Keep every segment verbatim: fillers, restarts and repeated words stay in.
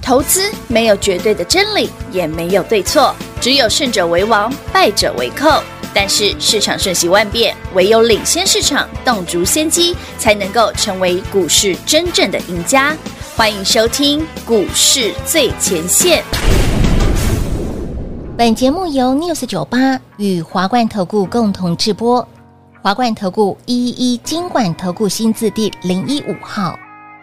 投资没有绝对的真理，也没有对错，只有胜者为王，败者为寇。但是市场瞬息万变，唯有领先市场，洞烛先机，才能够成为股市真正的赢家。欢迎收听股市最前线。 本节目由 News 九十八与华冠投顾共同制播，华冠投顾一一一金管投顾新字第零一五号。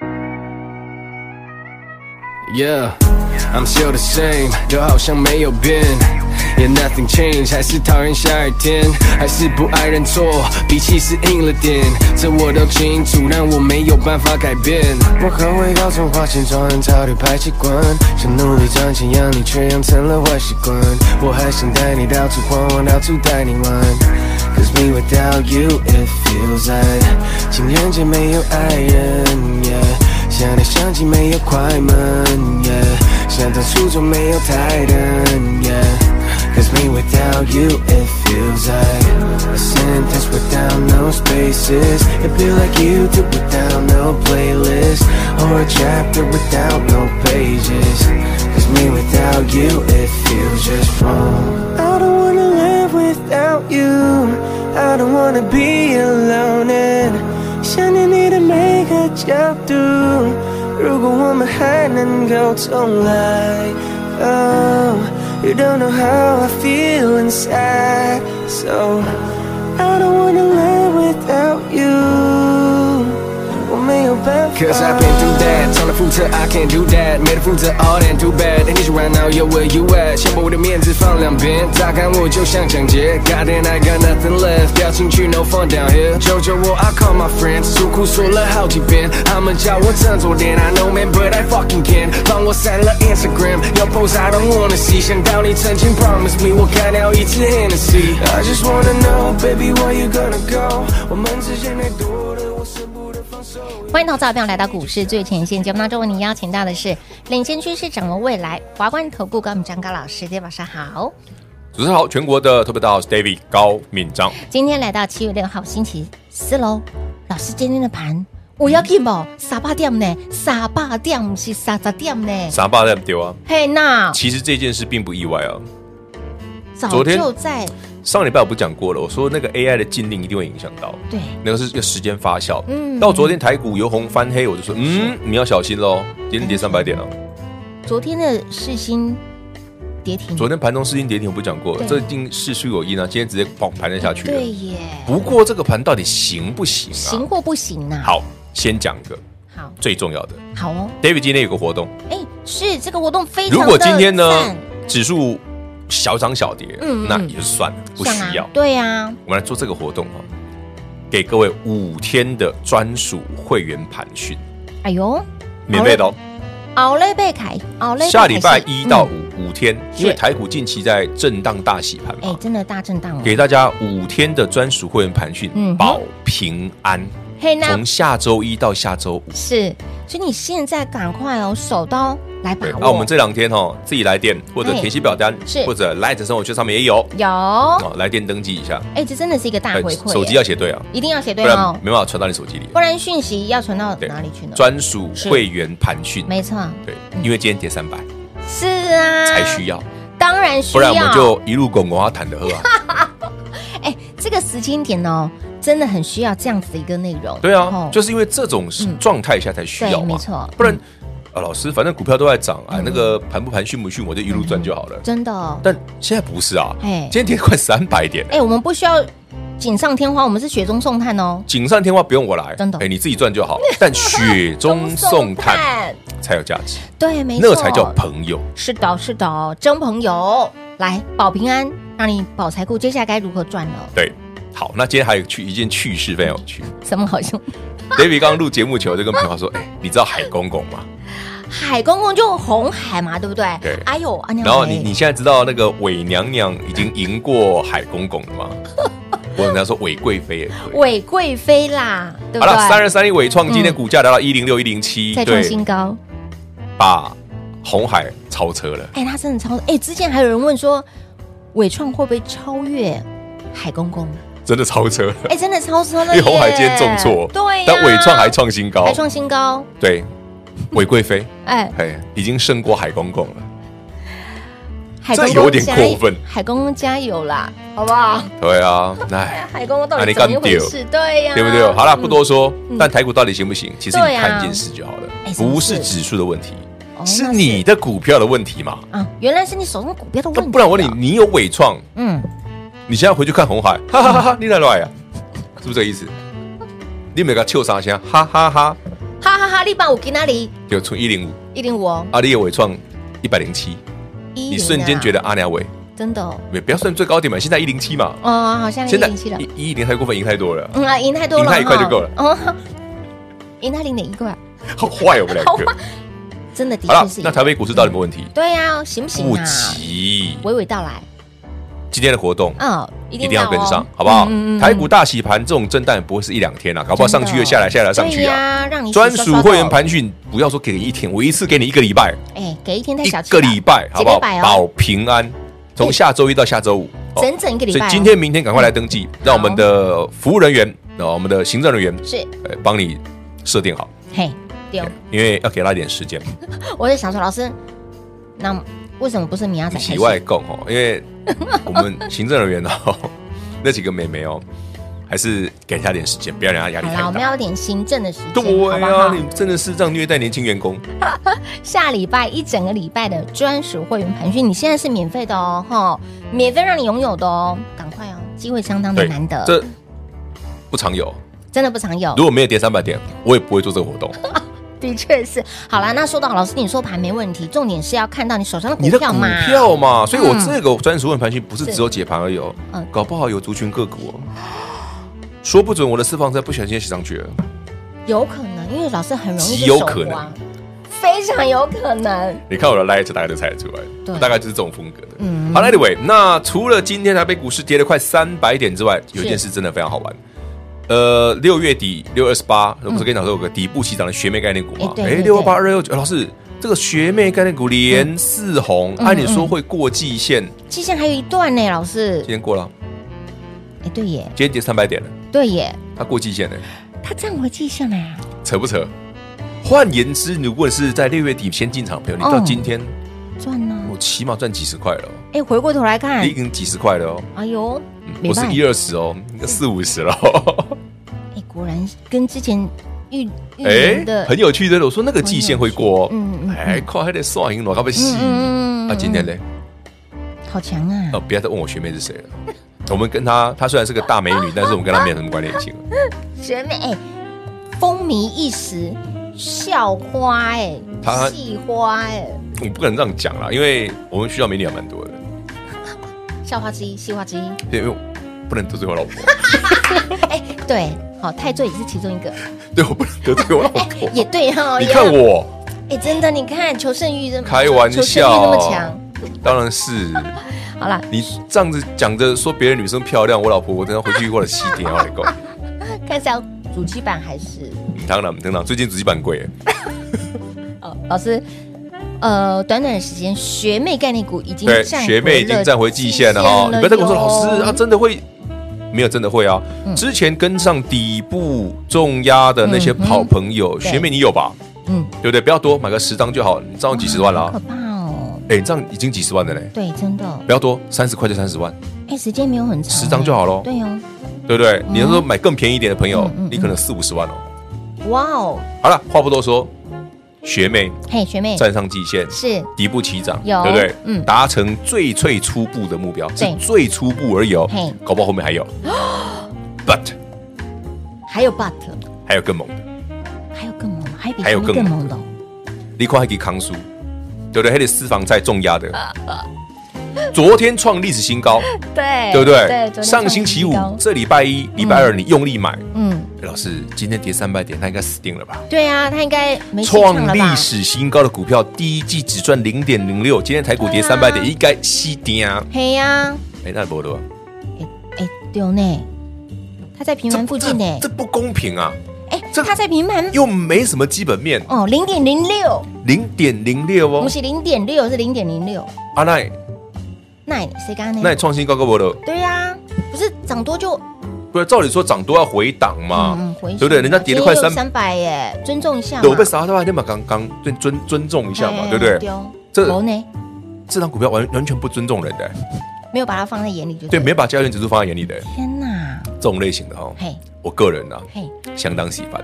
Yeah, I'm still the same， 就好像没有变。Yeah, nothing changed， 还是讨厌下雨天，还是不爱认错，脾气是硬了点，这我都清楚，但我没有办法改变。我很会搞从花钱装人潮流排气管，想努力赚钱养你，却养成了坏习惯。我还想带你到处晃晃，到处带你玩。Cause me without you, it feels like 情人节没有爱人 ，yeah。想来想去没有快门 ，yeah。想当初就没有台灯 ，yeah。Cause me without you, it feels like a sentence without no spaces. It feel like you do without no playlist, or a chapter without no pages. Cause me without you, it feels just wrong. I don't wanna live without you. I don't wanna be alone. And 想念你的每个角度，如果我们还能够重来 ，Oh，You don't know how I feel inside, so I don't wanna live without you. 我没有办法 Cause I've been through that 常常付出 I can't do that 没得负责 all that too bad 你说 right now yo where you at 先把我的面子放两边乍看我就像抢劫 God damn I got nothing left 掉进去 no fun down here 求求我 I call my friends 诉苦说了好几遍他们叫我振作点 I know man but I fucking can't 帮我删了 Instagram 要 post I don't wanna see 想到你曾经 promise me 我干掉一次 Hennessy I just wanna know baby where you gonna go 我们之间太多的我舍不得放手欢迎投资者朋友来到股市最前线节目当中，为您邀请到的是领先趋势、掌握未来华冠投顾高敏章高老师，大家晚上好。 主持人好，全国的特别大号是 David 高敏章。 今天来到七月六号星期四喽，老师今天的盘我要看不三八点呢，三八点不是三十点呢， 三八点丢啊。 嘿，那其实这件事并不意外啊。 早就在上礼拜我不讲过了，我说那个 A I 的禁令一定会影响到， 对， 那个是个时间发酵。 嗯， 到昨天台股由红翻黑，我就说，嗯，你要小心喽，今天跌三百点了。 昨天的世新跌停， 昨天盘中世新跌停，我不讲过了，这一定事出有因啊，今天直接砰盘了下去了。 对耶。 不过这个盘到底行不行啊？ 行或不行啊？ 好，先讲个好最重要的。 好哦 ，David 今天有个活动， 哎，是这个活动非常的如果今天呢赞指数小涨小跌， 嗯嗯那也就算了，不需要。 啊对呀、啊， 我们来做这个活动哈，给各位五天的专属会员盘讯， 哎呦， 免费的哦。 熬累被凯，熬累下礼拜一到五、 嗯、 五天，因为台股近期在震荡大洗盘嘛， 哎，真的大震荡、哦， 给大家五天的专属会员盘讯， 嗯， 保平安。 嘿， 从下周一到下周五是，所以你现在赶快哦，手刀来把握。 那、啊、我们这两天哦，自己来电或者填写表单， 是或者 Light 生活圈上面也有有哦，来电登记一下。 哎，这真的是一个大回馈， 手机要写对啊， 一定要写对哦，不然没办法传到你手机里， 不然讯息要传到哪里去呢？ 专属会员盘讯， 没错， 对，因为今天跌三百， 是啊， 才需要， 当然需要， 不然我们就一路拱拱啊谈的喝啊。 哎，这个时间点哦。真的很需要这样子的一个内容， 对啊，哦、就是因为这种状态下才需要嘛， 没错， 不然、嗯、啊，老师，反正股票都在涨，哎、嗯，那个盘不盘、讯不讯，我就一路赚就好了， 嗯、真的、哦。 但现在不是啊，哎，今天跌快三百点， 哎，我们不需要锦上添花，我们是雪中送炭哦。 锦上添花不用我来， 真的， 哎，你自己赚就好。但雪中送炭才有价值， 对，没错， 那才叫朋友。 是的，是的，真朋友，来保平安，让你保财库。接下来该如何赚呢？ 对。好，那今天还有趣一件趣事，非常有趣。 什么好笑 ？David 刚刚录节目前，我就跟朋友说：“哎、欸，你知道海公公吗？ 海公公就红海嘛，对不对？ 对。 哎呦， 然后你你现在知道那个伪娘娘已经赢过海公公了吗？我跟他说伪贵妃也可以。 伪贵妃啦，对不对？ 好了，三二三一伟创今天股价来到一零六一零七， 再创新高， 把红海超车了。 哎、欸，他真的超哎、欸，之前还有人问说，伟创会不会超越海公公？ 真的超车了， 哎、欸，真的超车了， 因为红海今天重挫， 对、啊， 但伟创还创新高， 还创新高， 对， 韦贵妃， 哎， 哎，已经胜过海公公了。 海公公这有点加过分海公公加油啦，好不好？ 对啊，哎， 海公公到啊你底怎么一干丢回事？对呀， 对不对？好了，不多说嗯。 但台股到底行不行？其实你对啊看件事就好了哎，什么不事是指数的问题， 哦是那你的股票的问题嘛。 啊，原来是你手上股票的问题啊。 那不然我问你，你有伟创， 嗯， 你现在回去看红海，哈哈哈哈，你来来呀，是不是这个意思？你有没有给他笑三声？哈哈哈， 哈哈哈！你把我给哪里？ 就从一零五， 一零五哦， 阿里有伟创一百零七， 一你瞬间觉得阿鸟伟， 真的哦， 不要算最高点嘛，现在一零七嘛， 哦好像一现在零七了， 一一零太过分，赢太多了， 嗯啊，赢太多了， 赢他一块就够了哦，赢他零点一块， 好坏我们两个。 真的的好了确是。， 那台北股市到底有没有问题？ 对呀，行不行不啊？ 急， 娓娓道来， 今天的活动嗯，一一定要跟上哦， 好不好嗯嗯嗯？ 台股大洗盘这种震荡不会是一两天啊，搞不好上去又下来，下来上去对啊。 呀，让你专洗刷刷属会员到， 盘讯，不要说给你一天，我一次给你一个礼拜， 哎，给一天太一小气了， 个礼拜，好不好？ 几个礼拜哦保平安，从下周一到下周五，哦整整一个礼拜哦。 所以今天、明天赶快来登记，让我们的服务人员、呃我们的行政人员， 是， 呃，帮你设定好， 嘿，丢， 因为要给他一点时间。 我在想说，老师，那为什么不是米亚仔开喜始？ 外供哦，因为我们行政人员哦，那几个妹妹哦，还是给他点时间，不要让他压力好啦，我太大。 们要点行政的时间， 对好不啊， 好？ 你真的是这样虐待年轻员工。 下礼拜一整个礼拜的专属会员盘讯，你现在是免费的哦，哈，免费让你拥有的哦，赶快哦，机会相当的对难得， 这不常有。 真的不常有如。果没有跌三百点，我也不会做这个活动。 的确是。好啦，那说到老师，你说盘没问题，重点是要看到你手上的你的股股票嘛。 票嘛，所以我嗯这个专属问盘讯不是只有解盘而已哦嗯， 搞不好有族群个股哦。说不准我的私房菜不小心写上去了。 有可能，因为老师很容易极就手有可能滑，非常有可能。 你看我的 light 大概就猜得出来对了，大概就是这种风格的。 嗯好，Anyway，那除了今天台北股市跌了快三百点之外，有一件事真的非常好玩。呃，六月底六月二十八，我不是跟你讲说有个底部起涨的学妹概念股吗哎？对对六二八二六九，老师，这个学妹概念股连四红， 嗯按理说会过季线， 期限还有一段呢，老师今。天过了， 哎，对耶， 今天跌三百点了， 对耶， 它过季线呢， 他站回季线了呀。 扯不扯？换言之，如果是在六月底先进场的朋友，你到今天赚呢？ 我起码赚几十块了哦， 哎，回过头来看你已，经几十块了哦， 哎呦， 嗯没办法不是一二十哦，应该四五十了哦。 哎，果然跟之前预预哎言的， 很有趣的，我说那个季线会过哦， 嗯嗯嗯哎，靠，还得算赢了，他被洗。 嗯嗯嗯啊，今天嘞， 好强啊！ 哦，不要再问我学妹是谁了。我们跟她，她虽然是个大美女，但是我们跟她没有什么关联性了。 学妹，哎，风靡一时，校花哎， 她系花哎， 我不可能这样讲啦，因为我们学校美女还蛮多的， 校花之一，系花之一。 因为我不能得罪我老婆， 哎，对，好，太醉也是其中一个， 对，我不能得罪我老婆。 也对哈。 你看我， 哎，真的，你看求胜欲这么开玩求胜欲笑那么强。 当然是好啦， 你这样子讲着说别的女生漂亮，我老婆我等下回去或者洗点要来讲。 看是要主机版还是？ 当然，当然，最近主机板贵， 哦，老师，呃，短短的时间，学妹概念股已经对， 站回学妹已经站回季线了哈。你不要再跟我说老师啊，真的会。没有真的会啊！之前跟上底部重压的那些好朋友， 对学妹你有吧？ 嗯， 对不对？不要多，买个十张就好，你这样几十万啦好可。怕哦！ 哎，你这样已经几十万了嘞！ 对，真的， 不要多，三十块就三十万， 哎，时间没有很长， 十张就好咯对哦， 对不对？你要说买更便宜一点的朋友嗯嗯嗯， 你可能四五十万哦。 哇哦， 好了，话不多说，学妹嘿，学妹站上季线， 是底部起涨， 有对不对？ 嗯达成最最初步的目标，是对最初步而已哦嘿。 搞不好后面还有，but 还有 but， 还有更猛的。 还有更猛的，还有比还有学妹更猛更猛的哦， 你看还给康叔，对不对？还得私房菜重压的，昨天创历史新高， 对对不对？ 对，昨天上星期五创新高， 这礼拜一、礼拜二你用力买， 嗯， 哎老师今天跌三百点，他应该死定了吧？ 对啊，他应该没戏唱创了吧历？史新高的股票，第一季只赚零点零六，今天台股跌对啊三百点，应该吸跌啊！ 嘿呀， 哎，那不多， 哎哎，对呢，他在平盘附近呢这，这不公平啊！ 哎， 这他在平盘又没什么基本面， 哦，零点零六， 零点零六哦。 不是零点六，是零点零六。 啊，那那谁刚刚那创新高个不的， 对呀，不是涨多就不是照理说涨多要回档嘛， 嗯，回对不对？人家跌了快三三百耶，尊重一下嘛。 对，我被杀的话，你嘛刚刚尊尊尊重一下嘛，对不对？ 这呢， 这张股票完完全不尊重人的， 没有把它放在眼里就对，没把加权指数放在眼里的。 天哪， 这种类型的哈， 嘿， 我个人啊， 嘿， 相当喜欢。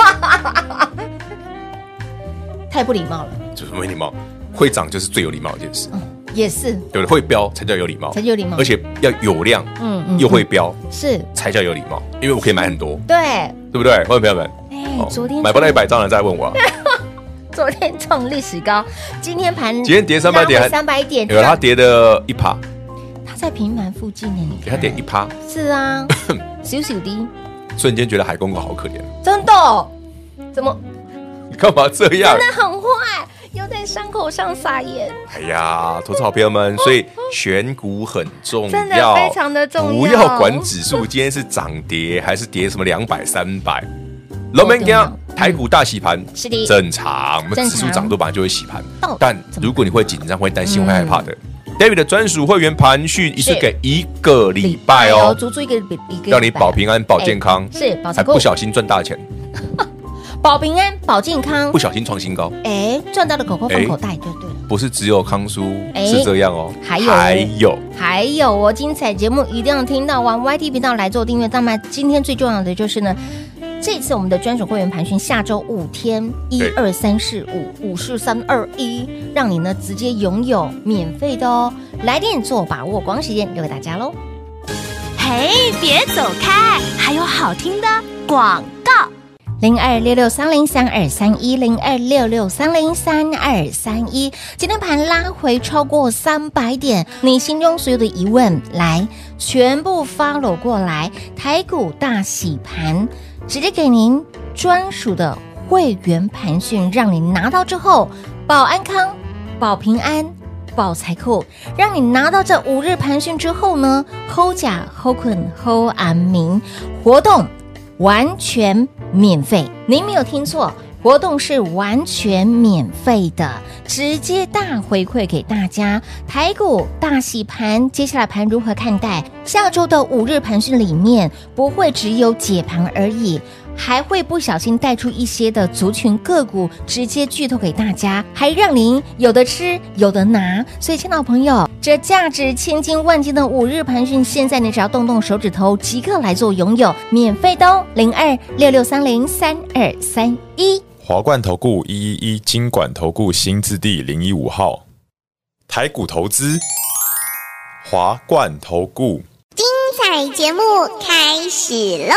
太不礼貌了， 就是没礼貌，会涨就是最有礼貌的一件事。 嗯，也是， 对不对？会飙才叫有礼貌， 才叫有礼貌， 而且要有量， 嗯嗯， 又会飙， 是才叫有礼貌，因为我可以买很多， 对， 对不对？观众朋友们， 哎，昨天买不到一百张的再问我啊。 昨天创历史高，今天盘今天跌三百点， 三百点， 有它跌的一趴， 它在平盘附近呢，你给它跌一趴， 是啊，小小的， 瞬间觉得海公公好可怜， 真的，怎么？ 你干嘛这样？ 真的很坏，又在伤口上撒盐。 哎呀，投资好朋友们，所以选股很重要， 真的非常的重要， 不要管指数今天是涨跌还是跌什么两百三百。龙门江台股大洗盘是的， 正常，我们指数涨多本来就会洗盘， 哦但如果你会紧张、会担心、会害怕的 ，David 的专属会员盘讯一次给一个礼拜哦， 足足一个一个， 让你保平安、保健康， 是保还不小心赚大钱， 保平安、保健康， 不小心创新高， 哎，赚到了口口放口袋就对了。 不是只有康叔是这样哦， 还有还有还有哦，精彩节目一定要听到，往 Y T 频道来做订阅。那么今天最重要的就是呢。这次我们的专属会员盘讯，下周五天一二三四五五四三二一，让你呢直接拥有免费的哦，来电做把握，光时间留给大家喽。 嘿，别走开，还有好听的广告。 零二六六三零三二三一零二六六三零三二三一，今天盘拉回超过三百点，你心中所有的疑问来全部 follow 过来，台股大洗盘。直接给您专属的会员盘讯，让你拿到之后保安康、保平安、保财库，让你拿到这五日盘讯之后呢 ，hold 假、hold 困、hold 安民活动完全免费，您没有听错。活动是完全免费的，直接大回馈给大家。台股大洗盘，接下来盘如何看待？下周的五日盘讯里面不会只有解盘而已，还会不小心带出一些的族群个股，直接剧透给大家，还让您有的吃有的拿。所以，亲爱的朋友，这价值千金万金的五日盘讯，现在你只要动动手指头，即刻来做拥有，免费的哦，零二六六三零三二三一。 华冠投顾一一一金管投顾新字第零一五号，台股投资，华冠投顾。 彩节目开始喽！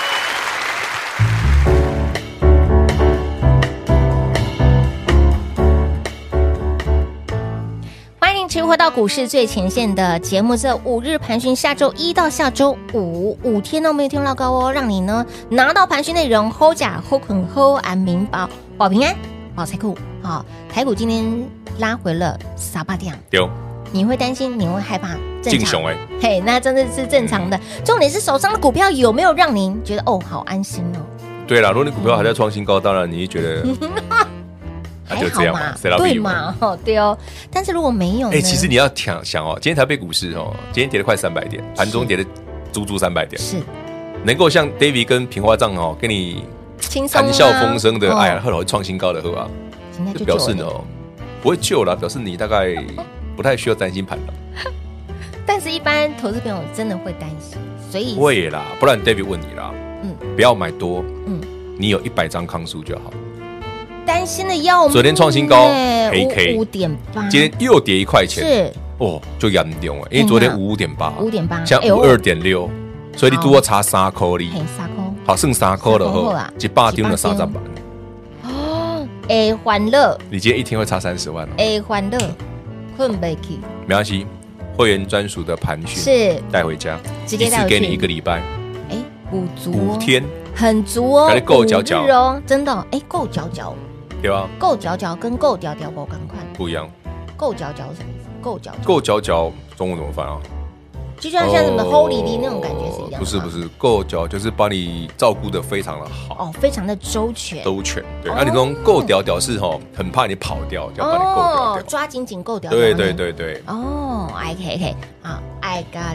欢迎持续回到股市最前线的节目，这五日盘讯，下周一到下周五五天都没有听到高哦，让你呢拿到盘讯内容 ，hold 假 hold 捆 hold 安民保保平安保财库。好，台股今天拉回了三百点， 丢， 你会担心，你会害怕，正常哎， 嘿，那真的是正常的。重点是手上的股票有没有让您觉得哦，好安心哦？ 对啦，如果你股票还在创新高，当然你觉得。 还好嘛，对嘛，哦对哦。但是如果没有呢？ 哎，其实你要想想哦，今天台北股市哦，今天跌了快三百点，盘中跌了足足三百点， 是能够像 David 跟平花账哦，跟你谈笑风生的，哎呀，后来会创新高的，是吧？就表示呢，不会救了，表示你大概不太需要担心盘了。 但是，一般投资朋友真的会担心，所以会啦，不然 David 问你啦，嗯，不要买多，嗯，你有一百张康数就好。 担心的要命， 昨天创新高，黑 K 五点八， 今天又跌一块钱， 是哦，就严重了，因为昨天五点八， 五点八， 像五二点六，所以你多差三块哩， 三块， 好剩三块了后，一百丢了三十万， 哦，哎，欢乐， 你今天一天会差三十万， 哎，欢乐，困不起， 没关系，会员专属的盘讯是带回家， 直接带回去， 给你一个礼拜， 哎，五足五天， 很足哦， 够嚼嚼哦，真的，哎，够嚼嚼。 对吧？ 够嚼嚼跟够屌屌不赶快不一样。 够嚼嚼是什么意思？够嚼够嚼嚼中文怎么翻啊？ 就像像什么 Holy 的那种感觉是一样的。 不是不是，够嚼就是把你照顾的非常的好哦，非常的周全。 周全对，那你说够屌屌是哈，很怕你跑掉，就要把你够屌屌， 抓紧紧够屌。 对对对对。 哦 ，I K K 好 ，I got it。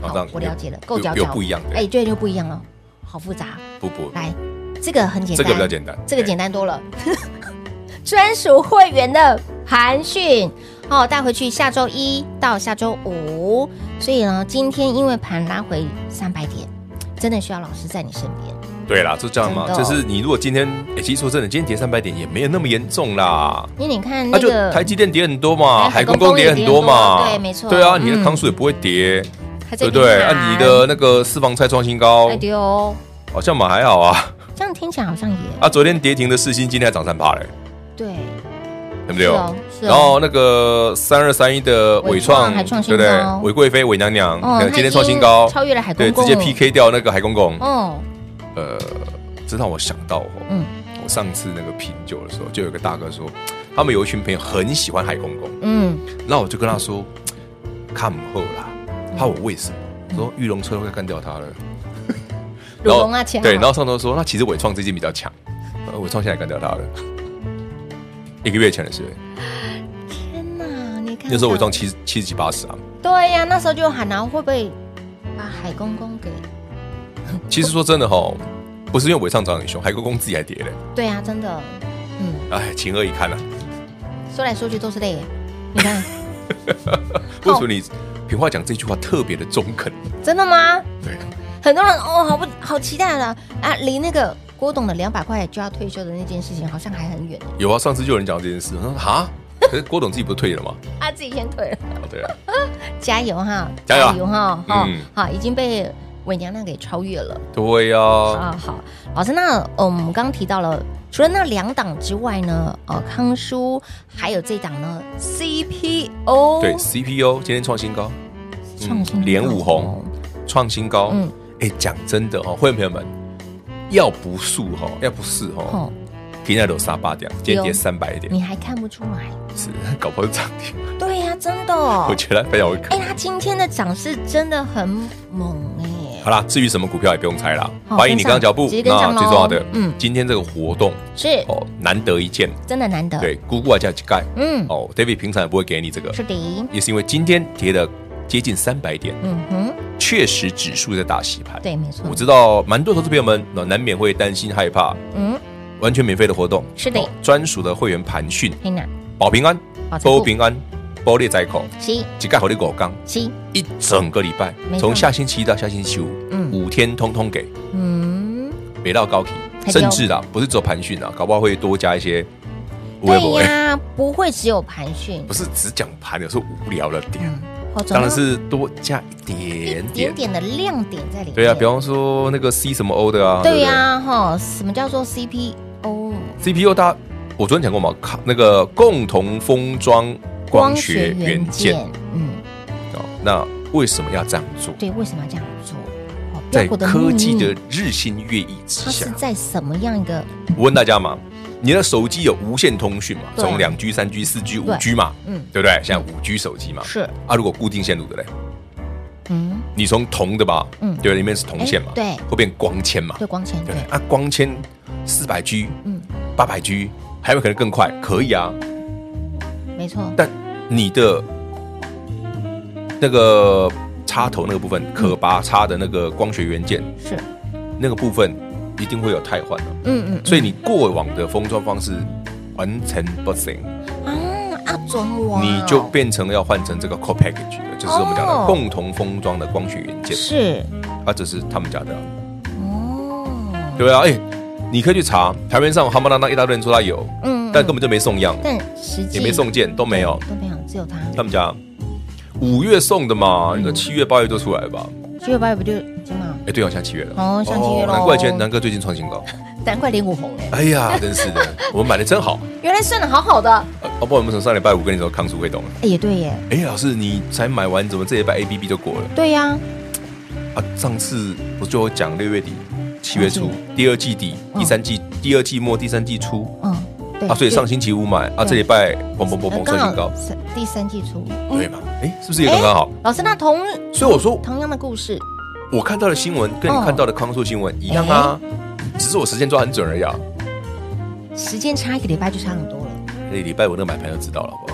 好，我了解了，够佼佼， 有不一样， 哎，对，就不一样了，好复杂。 不不， 来，这个很简单， 这个比较简单， 这个简单多了。专属会员的盘讯，哦，带回去下周一到下周五，所以呢，今天因为盘拉回三百点，真的需要老师在你身边。 对啦，就这样嘛， 哦、 就是你如果今天，哎、欸，其实说真的，今天跌三百点也没有那么严重啦。 因为你看那个、 啊、台积电跌很多嘛，海公公跌很多嘛， 对，没错。 对啊，你的康数也不会跌， 嗯、 对不对？按、啊、你的那个私房菜创新高， 对哦， 好像嘛还好啊。 这样听起来好像也啊，昨天跌停的世新今天还涨三趴嘞， 对， 对不对？ 哦哦、 然后那个三二三一的伟创，对不对？伟贵妃、伟娘娘，哦、今天创新高， 超越了海公公， 对，直接 P K 掉那个海公公。 哦， 呃。这让我想到哦，嗯，我上次那个品酒的时候，就有个大哥说，他们有一群朋友很喜欢海公公，嗯，那我就跟他说，看不后啦，他问我为什么，我说玉龙车会干掉他了， 然后啊， 对，然后上头说，那其实伟创最近比较强，伟创现在干掉他了，一个月前的事。 天哪，你看， 那时候伟创七七十几八十啊， 对呀、啊，那时候就喊啊，会不会把海公公给？ 其实说真的哈。不是因为伟创涨很凶，海公公自己还跌嘞。 对啊，真的，嗯， 哎，情何以堪啊！ 说来说去都是泪，你看， 为什么你平话讲这句话特别的中肯？ 真的吗？ 对， 很多人哦，好不好期待了啊！离那个郭董的两百块就要退休的那件事情，好像还很远。 有啊，上次就有人讲这件事，他说哈，可是郭董自己不是退了吗？ 他自己先退了。 哦，对啊， 加油哈， 加油哈，哈，好，已经被。伪娘娘给超越了， 对呀、啊。 啊，好，老师，那、嗯、我们刚刚提到了，除了那两档之外呢，呃，康舒还有这档呢 C P O， 对 C P O 今天创新高， 创新高， 连五红创新高，嗯，哎，讲真的哦，会员朋友们，要不是哈，要不是哈，今天都杀八点，今天跌三百点， 你还看不出来？ 是，搞不好涨停。 对呀、啊，真的、哦， 我觉得非常会看。 哎，他今天的涨势真的很猛哎。 好啦，至于什么股票也不用猜啦，欢迎你跟上脚步。 那最重要的，嗯，今天这个活动是哦，难得一见， 真的难得。 对，姑姑啊叫几盖， 嗯， 哦 ，David 平常也不会给你这个， 是的， 也是因为今天跌了接近三百点，嗯哼，确实指数在大洗盘， 对，没错。 我知道蛮多投资朋友们难免会担心害怕，嗯，完全免费的活动， 是的， 专属的会员盘讯， 嘿呐， 保平安，保平安。包列在口， 是几盖好的狗缸， 是一整个礼拜，从下星期一到下星期五，嗯，五天通通给，嗯，别到高体，甚至啦，不是只有盘讯啊，搞不好会多加一些。 对呀，不会只有盘讯， 不是只讲盘，有时候无聊了点，嗯、当然是多加一点点点点的亮点在里面。 对啊，比方说那个 C 什么 O 的啊， 对呀，哈，什么叫做 C P O？C P O 大家，我昨天讲过嘛，那个共同封装。光学元件，嗯，哦，那为什么要这样做？ 对，为什么要这样做？ 哦、在科技的日新月异之下， 它是在什么样一个？ 我问大家嘛，你的手机有无线通讯嘛？从两 G、三 G、四 G、五 G 嘛，嗯，对不对？现在五 G 手机嘛， 是啊，如果固定线路的嘞，嗯，你从铜的吧，嗯，对，里面是铜线嘛， 对， 会变光纤嘛， 对，光纤，对啊，光纤四百 G， 嗯，八百 G， 还有可能更快，可以啊， 没错， 但你的那个插头那个部分，可拔插的那个光学元件是那个部分一定会有汰换的，嗯嗯，所以你过往的封装方式完全不行啊啊，准我， 你就变成要换成这个 core package 的，就是我们讲的共同封装的光学元件， 是啊，这是他们家的哦，对啊，哎，你可以去查台面上夯不啷当一大堆人说他有，嗯。但根本就没送样， 但实际也没送件，都没有， 都没有，只有他。 他们家五月送的嘛，应该七月八月就出来吧？ 七月八月不就已经嘛？ 哎，对哦，现在七月了。 哦，像七月了。 难怪今天南哥最近创新高， 难怪连五红哎。 哎呀，真是的，我们买的真好。 原来算的好好的。 哦不，我们从上礼拜五跟你说康舒会动了。 哎，也对耶。 哎，老师，你才买完，怎么这礼拜 A B B 就过了？ 对呀。 啊，上次我就讲六月底、七月初，第二季底、第三季、第二季末、第三季初。嗯。啊，所以上星期五买啊，这礼拜嘣嘣嘣嘣创新高， 第三季初， 对嘛？哎，是不是也刚刚好？ 老师，那同， 所以我说同样的故事， 我看到的新闻跟你看到的康舒新闻一样啊，只是我时间抓很准而已啊。 时间差一个礼拜就差很多了。 那礼拜我那个买盘就知道了，好不好？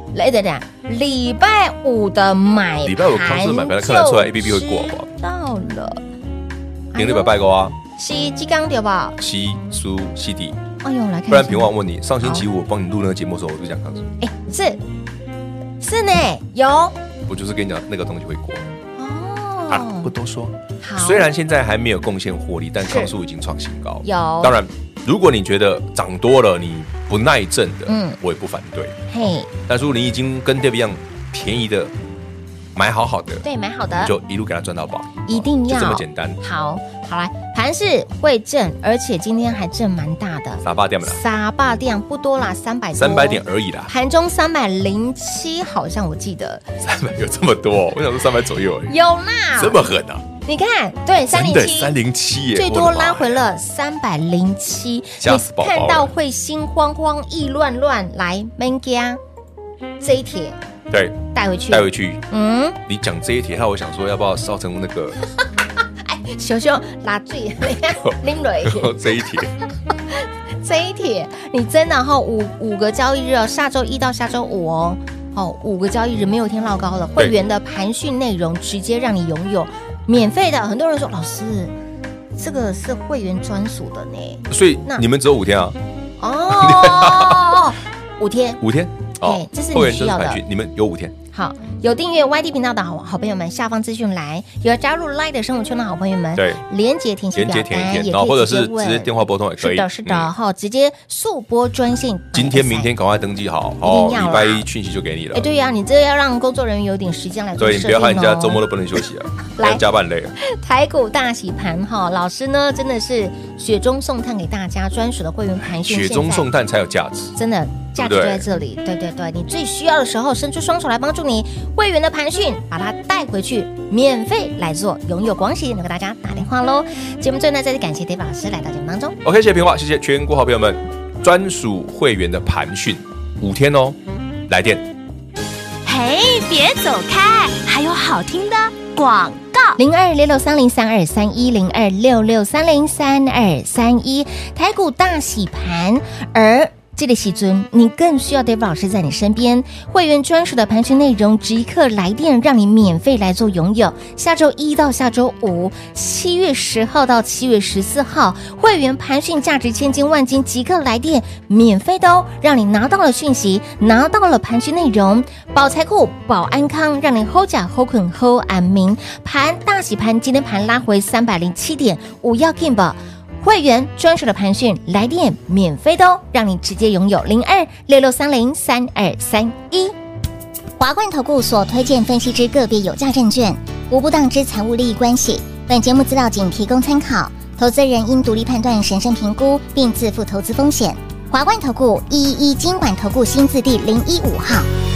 来等等，礼拜五的买礼拜五康斯买盘看得出来 A P P 会过好不好？ 到了， 顶礼拜拜过啊， 西鸡缸对吧？ 西苏西底。 哎呦，来看， 不然平王问你，上星期五我帮你录那个节目的时候，我就讲康斯， 哎，是是呢，有， 我就是跟你讲那个东西会过。 哦， 啊，不多说。 好， 虽然现在还没有贡献获利，但康数已经创新高。 有， 当然，如果你觉得涨多了你不耐震的， 嗯嗯，我也不反对。 嘿， 但如果你已经跟 David 一样便宜的买好好的， 对，买好的你就一路给他赚到宝， 一定要就这么简单。 好，好来，盘势会震，而且今天还震蛮大的， 傻八点了， 撒霸量不多啦，三百三百点而已啦。 盘中三百零七，好像我记得三百有这么多、哦？我想说三百左右而已。 有啦， 这么狠啊！ 你看，对，三零七， 三零七耶， 最多拉回了三百零七， 吓死宝宝了看到会心慌慌、意乱乱，来 man 家这一帖对， 带回去， 带回去。 嗯， 你讲这一帖，那我想说，要不要烧成那个哎，熊熊拉醉，拎蕊这一帖？ 这一帖，你真的哈五五个交易日哦，下周一到下周五哦，哦五个交易日没有一天落高了，会员的盘讯内容直接让你拥有免费的。很多人说老师，这个是会员专属的呢， 所以你们只有五天啊？ 哦，五天， 五天哦，这是你需要的。 你们有五天。 好，有订阅 Y T 频道的好好朋友们，下方资讯栏有加入 Line 的生活圈的好朋友们， 对， 连接填写表单，也可以或者是直接问， 直接电话拨通也可以。 是的，是的，哈，直接速拨专线。 今天、明天赶快登记好， 一定要啦， 礼拜一讯息就给你了。 哎，对呀，你这要让工作人员有点时间来做设定哦。 对，你不要害人家周末都不能休息啊，来加班累。 台股大洗盘哈，老师呢真的是雪中送炭给大家专属的会员盘讯， 雪中送炭才有价值， 真的。价值就在这里，对对对，你最需要的时候，伸出双手来帮助你会员的盘讯，把它带回去，免费来做拥有。广喜能给大家打电话喽。节目最后呢，再次感谢 David 老师来到节目当中。 OK， 谢谢平话，谢谢全国好朋友们，专属会员的盘讯五天哦，来电。 嘿，别走开，还有好听的广告。 零二六六三零三二三一零二六六三零三二三一，台股大洗盘，而这个时阵，你更需要 David 老师在你身边，会员专属的盘讯内容，即刻来电，让你免费来做拥有。下周一到下周五，七月十号到七月十四号，会员盘讯价值千金万金，即刻来电，免费的哦，让你拿到了讯息，拿到了盘讯内容，保财库、保安康，让你 hold 甲 hold 捆 hold 安民。盘大洗盘，今天盘拉回三百零七点，五要 game。会员专属的盘讯来电免费的哦，让你直接拥有零二六六三零三二三一。 华冠投顾所推荐分析之个别有价证券，无不当之财务利益关系。本节目资料仅提供参考，投资人应独立判断、审慎评估，并自负投资风险。华冠投顾一一一金管投顾新字第零一五号。